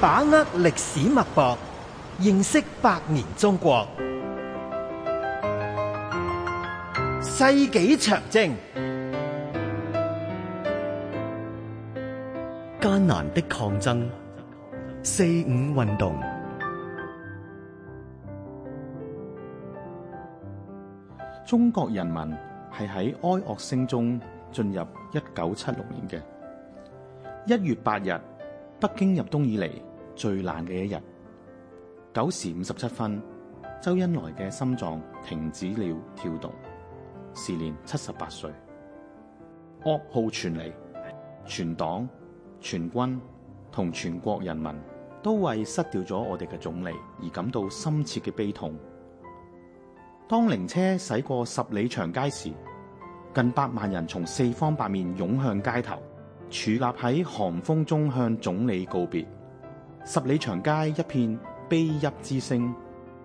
把握歷史脈搏，認識百年中國。世紀長征， 艱難的抗爭，四五運動。 中國人民係喺哀樂聲中進入1976年嘅1月8日，北京入冬以嚟最冷嘅一日。9時57分，周恩來嘅心臟停止了跳動，時年78歲。噩耗傳嚟，全黨、全軍同全國人民都為失掉咗我哋嘅總理而感到深切嘅悲痛。當靈車駛過10里長街時，近8萬人從四方八面湧向街頭，矗立喺寒風中向總理告別。10里長街一片悲泣之聲。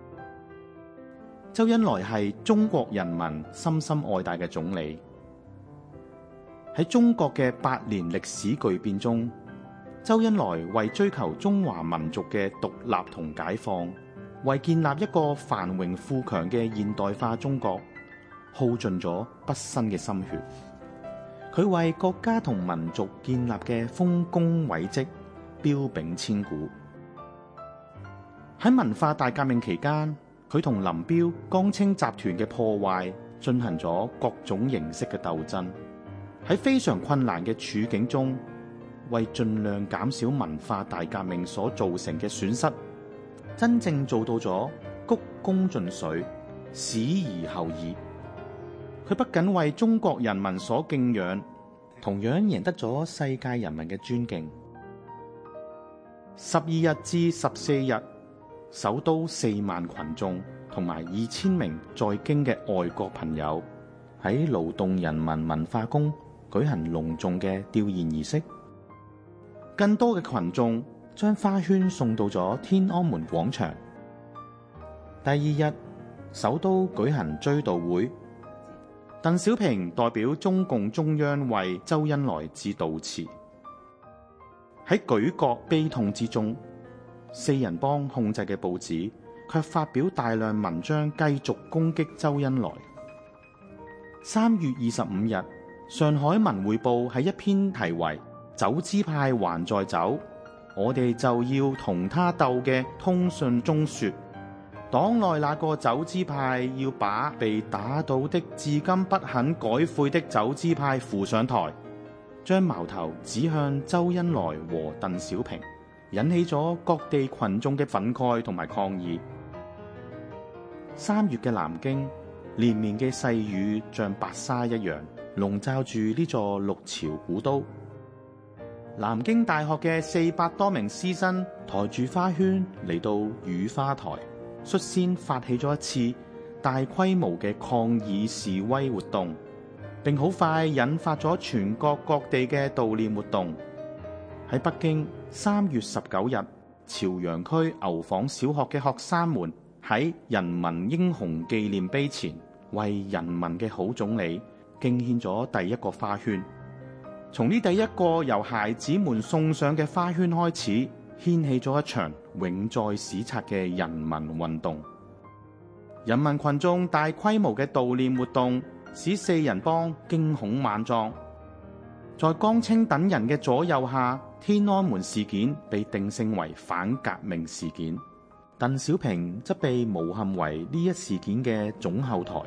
周恩來係中國人民深深愛戴嘅總理。喺中國嘅百年歷史巨變中，周恩來為追求中華民族嘅獨立同解放，為建立一個繁榮富強嘅現代化中國，耗盡咗畢生嘅心血。佢為國家同民族建立嘅豐功偉績彪炳千古。喺文化大革命期間，佢同林彪、江青集團嘅破壞進行咗各種形式嘅鬥爭。喺非常困難嘅處境中，為盡量減少文化大革命所造成嘅損失，真正做到咗鞠躬盡瘁，史而後已。佢不僅為中國人民所敬仰，同樣贏得咗世界人民嘅尊敬。12日至14日，首都4萬群眾同埋2000名在京嘅外國朋友喺勞動人民文化宮舉行隆重嘅弔唁儀式。更多嘅群眾將花圈送到咗天安門廣場。第二日，首都舉行追悼會，鄧小平代表中共中央為周恩來致悼詞。喺舉國悲痛之中，四人幫控制嘅報紙卻發表大量文章繼續攻擊周恩來。3月25日，上海文匯報喺一篇題為走資派還在走，我哋就要同他鬥嘅通訊中說，黨內那個走資派要把被打倒的至今不肯改悔的走資派扶上台，將矛頭指向周恩來和鄧小平，引起咗各地群眾嘅憤慨同埋抗議。3月嘅南京，連綿嘅細雨像白紗一樣籠罩住呢座六朝古都。南京大學嘅400多名師生抬住花圈嚟到雨花台，率先發起咗一次大規模嘅抗議示威活動，並好快引發咗全國各地嘅悼念活動。喺北京3月19日，朝陽區牛坊小學嘅學生們喺人民英雄紀念碑前，為人民嘅好總理敬獻咗第一個花圈。從呢第一個由孩子們送上嘅花圈開始，掀起咗一場永在史冊嘅人民運動。人民群眾大規模嘅悼念活動使四人幫驚恐萬狀。在江青等人嘅左右下，天安門事件被定性為反革命事件，鄧小平則被誣陷為呢一事件嘅總後台。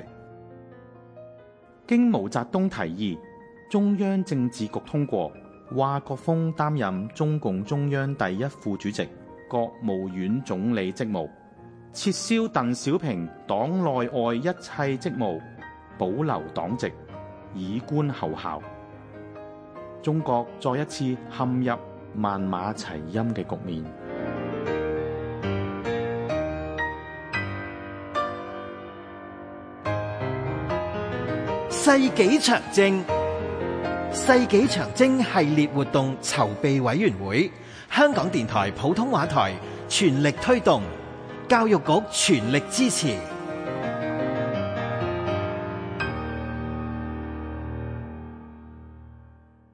經毛澤東提議，中央政治局通過，華國鋒擔任中共中央第一副主席、國務院總理職務，撤銷鄧小平黨內外一切職務，保留黨籍，以觀後效。中國再一次陷入萬馬齊喑嘅局面。 世紀長征，世紀長征系列活動籌備委員會，香港電台普通話台全力推動，教育局全力支持。